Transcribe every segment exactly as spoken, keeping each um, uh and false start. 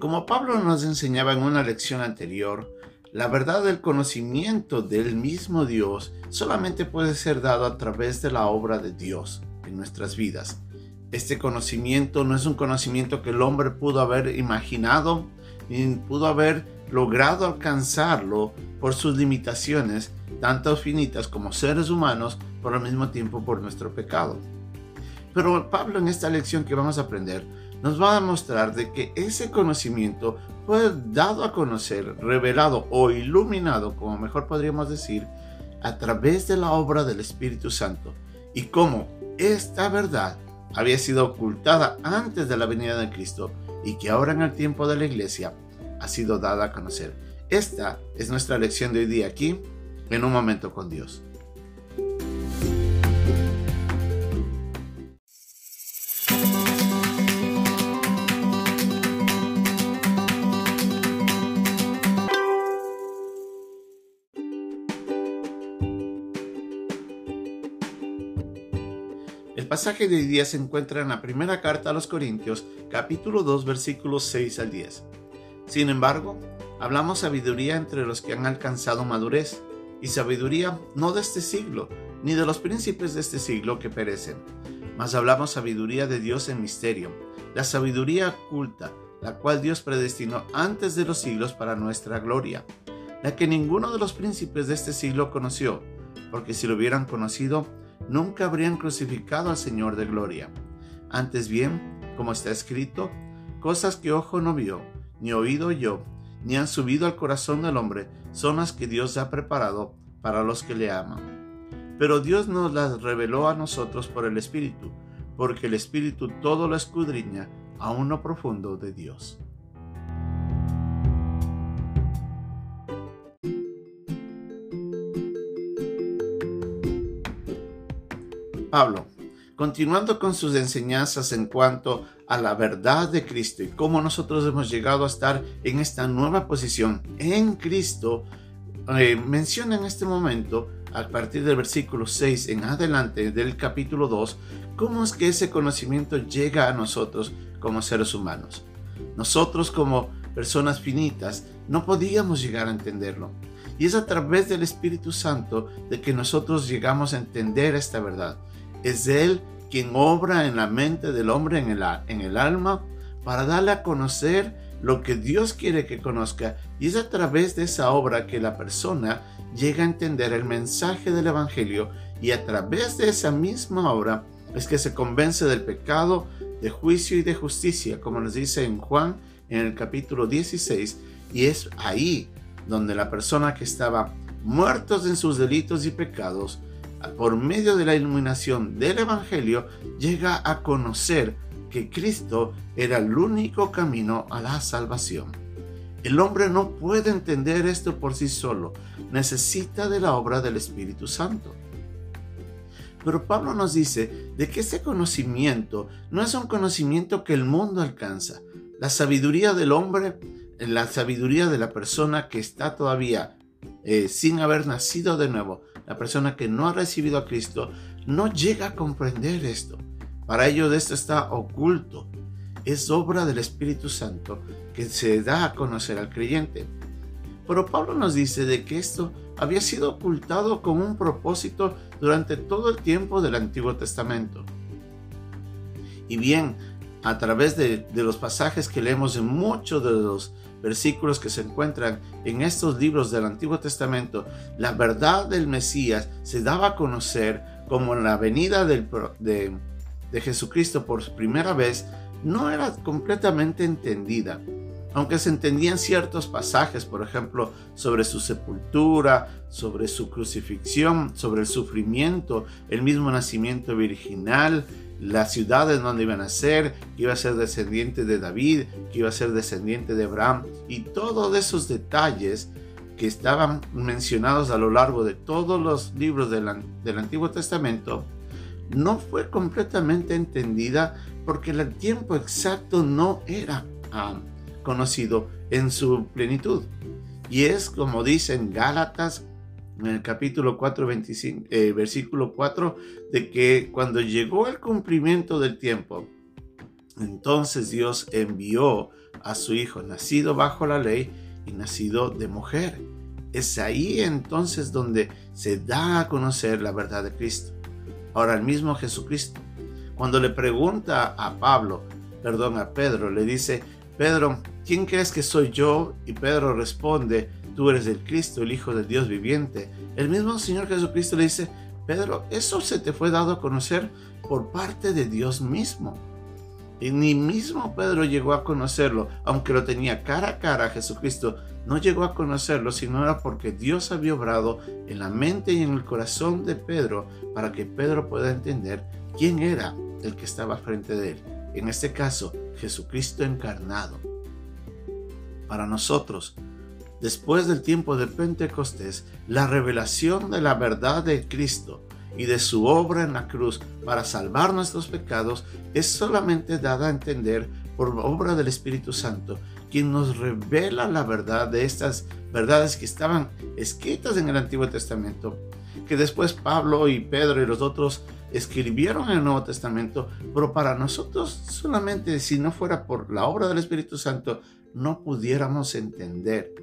Como Pablo nos enseñaba en una lección anterior, la verdad del conocimiento del mismo Dios solamente puede ser dado a través de la obra de Dios en nuestras vidas. Este conocimiento no es un conocimiento que el hombre pudo haber imaginado ni pudo haber logrado alcanzarlo por sus limitaciones, tanto finitas como seres humanos, por al mismo tiempo por nuestro pecado. Pero Pablo, en esta lección que vamos a aprender, nos va a mostrar de que ese conocimiento fue dado a conocer, revelado o iluminado, como mejor podríamos decir, a través de la obra del Espíritu Santo, y cómo esta verdad había sido ocultada antes de la venida de Cristo y que ahora en el tiempo de la iglesia ha sido dada a conocer. Esta es nuestra lección de hoy día aquí, en Un Momento con Dios. El pasaje de hoy día se encuentra en la primera carta a los Corintios, capítulo dos, versículos seis al diez. Sin embargo, hablamos sabiduría entre los que han alcanzado madurez, y sabiduría no de este siglo, ni de los príncipes de este siglo que perecen, mas hablamos sabiduría de Dios en misterio, la sabiduría oculta, la cual Dios predestinó antes de los siglos para nuestra gloria, la que ninguno de los príncipes de este siglo conoció, porque si lo hubieran conocido, nunca habrían crucificado al Señor de gloria. Antes bien, como está escrito, cosas que ojo no vio, ni oído oyó, ni han subido al corazón del hombre, son las que Dios ha preparado para los que le aman. Pero Dios nos las reveló a nosotros por el Espíritu, porque el Espíritu todo lo escudriña aún lo profundo de Dios. Pablo, continuando con sus enseñanzas en cuanto a la verdad de Cristo y cómo nosotros hemos llegado a estar en esta nueva posición en Cristo, eh, menciona en este momento, a partir del versículo seis en adelante del capítulo dos, cómo es que ese conocimiento llega a nosotros como seres humanos. Nosotros como personas finitas no podíamos llegar a entenderlo. Y es a través del Espíritu Santo de que nosotros llegamos a entender esta verdad. Es Él quien obra en la mente del hombre, en el, en el alma, para darle a conocer lo que Dios quiere que conozca. Y es a través de esa obra que la persona llega a entender el mensaje del Evangelio. Y a través de esa misma obra es que se convence del pecado, de juicio y de justicia, como nos dice en Juan en el capítulo dieciséis. Y es ahí donde la persona que estaba muertos en sus delitos y pecados, por medio de la iluminación del Evangelio, llega a conocer que Cristo era el único camino a la salvación. El hombre no puede entender esto por sí solo, necesita de la obra del Espíritu Santo. Pero Pablo nos dice de que ese conocimiento no es un conocimiento que el mundo alcanza. La sabiduría del hombre, la sabiduría de la persona que está todavía eh, sin haber nacido de nuevo, la persona que no ha recibido a Cristo, no llega a comprender esto. Para ello esto está oculto. Es obra del Espíritu Santo que se da a conocer al creyente. Pero Pablo nos dice de que esto había sido ocultado con un propósito durante todo el tiempo del Antiguo Testamento. Y bien, a través de, de los pasajes que leemos en muchos de los versículos que se encuentran en estos libros del Antiguo Testamento, la verdad del Mesías se daba a conocer como en la venida del, de, de Jesucristo por primera vez. No era completamente entendida, aunque se entendían ciertos pasajes, por ejemplo, sobre su sepultura, sobre su crucifixión, sobre el sufrimiento, el mismo nacimiento virginal, las ciudades donde iban a ser, que iba a ser descendiente de David, que iba a ser descendiente de Abraham, y todos esos detalles que estaban mencionados a lo largo de todos los libros del, del Antiguo Testamento, no fue completamente entendida porque el tiempo exacto no era um, conocido en su plenitud. Y es como dice en Gálatas, en el capítulo cuatro, veinticinco, eh, versículo cuatro, de que cuando llegó el cumplimiento del tiempo, entonces Dios envió a su Hijo, nacido bajo la ley y nacido de mujer. Es ahí entonces donde se da a conocer la verdad de Cristo. Ahora, el mismo Jesucristo, cuando le pregunta a Pablo, perdón, a Pedro, le dice: Pedro, ¿quién crees que soy yo? Y Pedro responde: tú eres el Cristo, el Hijo del Dios viviente. El mismo Señor Jesucristo le dice: Pedro, eso se te fue dado a conocer por parte de Dios mismo. Y ni mismo Pedro llegó a conocerlo, aunque lo tenía cara a cara a Jesucristo, no llegó a conocerlo, sino era porque Dios había obrado en la mente y en el corazón de Pedro para que Pedro pueda entender quién era el que estaba frente de él. En este caso, Jesucristo encarnado. Para nosotros, después del tiempo de Pentecostés, la revelación de la verdad de Cristo y de su obra en la cruz para salvar nuestros pecados es solamente dada a entender por obra del Espíritu Santo, quien nos revela la verdad de estas verdades que estaban escritas en el Antiguo Testamento, que después Pablo y Pedro y los otros escribieron en el Nuevo Testamento, pero para nosotros solamente si no fuera por la obra del Espíritu Santo no pudiéramos entender.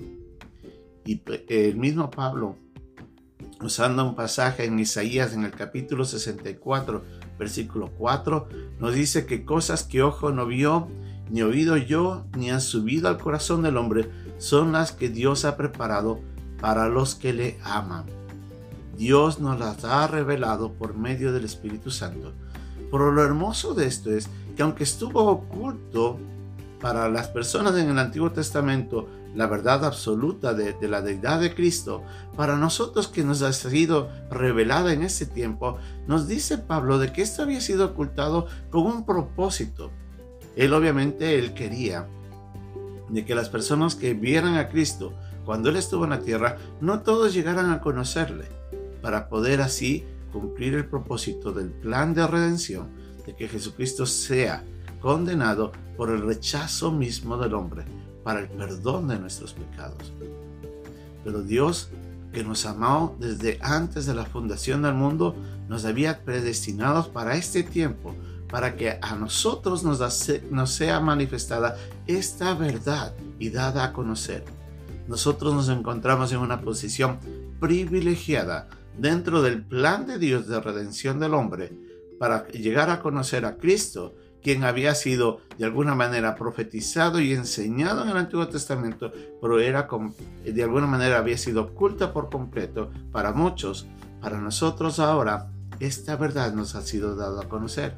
Y el mismo Pablo, usando un pasaje en Isaías en el capítulo sesenta y cuatro, versículo cuatro, nos dice que cosas que ojo no vio, ni oído yo, ni han subido al corazón del hombre, son las que Dios ha preparado para los que le aman. Dios nos las ha revelado por medio del Espíritu Santo. Pero lo hermoso de esto es que aunque estuvo oculto para las personas en el Antiguo Testamento la verdad absoluta de, de la deidad de Cristo, para nosotros que nos ha sido revelada en ese tiempo, nos dice Pablo de que esto había sido ocultado con un propósito. Él obviamente, él quería de que las personas que vieran a Cristo cuando él estuvo en la tierra, no todos llegaran a conocerle, para poder así cumplir el propósito del plan de redención, de que Jesucristo sea condenado por el rechazo mismo del hombre, para el perdón de nuestros pecados. Pero Dios, que nos amó desde antes de la fundación del mundo, nos había predestinados para este tiempo, para que a nosotros nos, hace, nos sea manifestada esta verdad y dada a conocer. Nosotros nos encontramos en una posición privilegiada dentro del plan de Dios de redención del hombre, para llegar a conocer a Cristo, quien había sido de alguna manera profetizado y enseñado en el Antiguo Testamento, pero era de alguna manera había sido oculta por completo para muchos. Para nosotros ahora, esta verdad nos ha sido dada a conocer.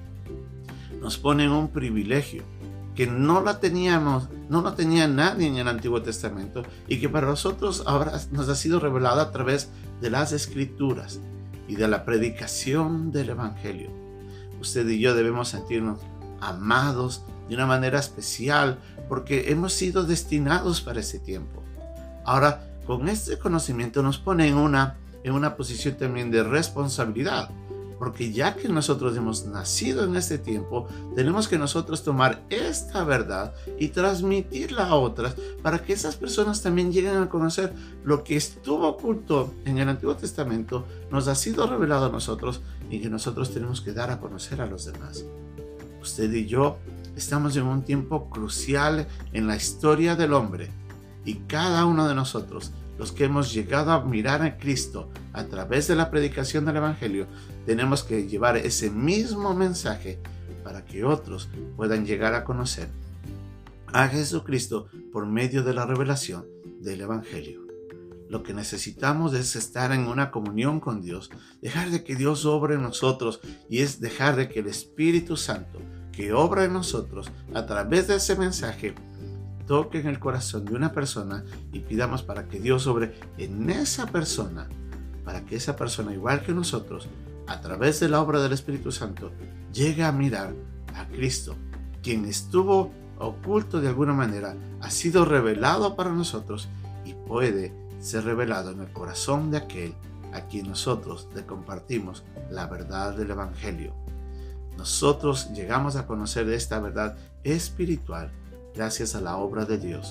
Nos pone en un privilegio que no la teníamos, no lo tenía nadie en el Antiguo Testamento, y que para nosotros ahora nos ha sido revelada a través de las Escrituras y de la predicación del Evangelio. Usted y yo debemos sentirnos amados de una manera especial porque hemos sido destinados para ese tiempo. Ahora, con este conocimiento nos pone en una, en una posición también de responsabilidad, porque ya que nosotros hemos nacido en este tiempo, tenemos que nosotros tomar esta verdad y transmitirla a otras para que esas personas también lleguen a conocer lo que estuvo oculto en el Antiguo Testamento, nos ha sido revelado a nosotros y que nosotros tenemos que dar a conocer a los demás. Usted y yo estamos en un tiempo crucial en la historia del hombre, y cada uno de nosotros, los que hemos llegado a mirar a Cristo a través de la predicación del Evangelio, tenemos que llevar ese mismo mensaje para que otros puedan llegar a conocer a Jesucristo por medio de la revelación del Evangelio. Lo que necesitamos es estar en una comunión con Dios, dejar de que Dios obre en nosotros, y es dejar de que el Espíritu Santo que obra en nosotros a través de ese mensaje toque en el corazón de una persona y pidamos para que Dios obre en esa persona, para que esa persona, igual que nosotros, a través de la obra del Espíritu Santo, llegue a mirar a Cristo, quien estuvo oculto de alguna manera, ha sido revelado para nosotros y puede ser revelado en el corazón de aquel a quien nosotros le compartimos la verdad del Evangelio. Nosotros llegamos a conocer esta verdad espiritual gracias a la obra de Dios.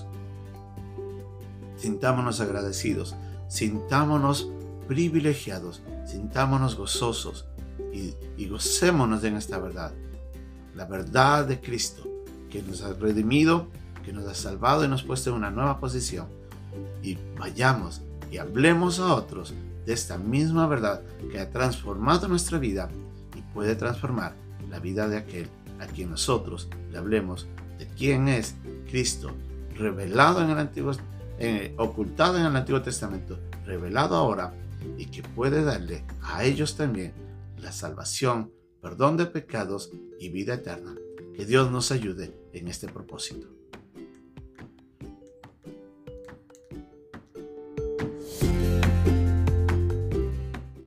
Sintámonos agradecidos, sintámonos privilegiados, sintámonos gozosos y, y gocémonos en esta verdad, la verdad de Cristo, que nos ha redimido, que nos ha salvado y nos ha puesto en una nueva posición. Y vayamos y hablemos a otros de esta misma verdad que ha transformado nuestra vida y puede transformar la vida de aquel a quien nosotros le hablemos de quién es Cristo, revelado en el Antiguo, eh, ocultado en el Antiguo Testamento, revelado ahora, y que puede darle a ellos también la salvación, perdón de pecados y vida eterna. Que Dios nos ayude en este propósito.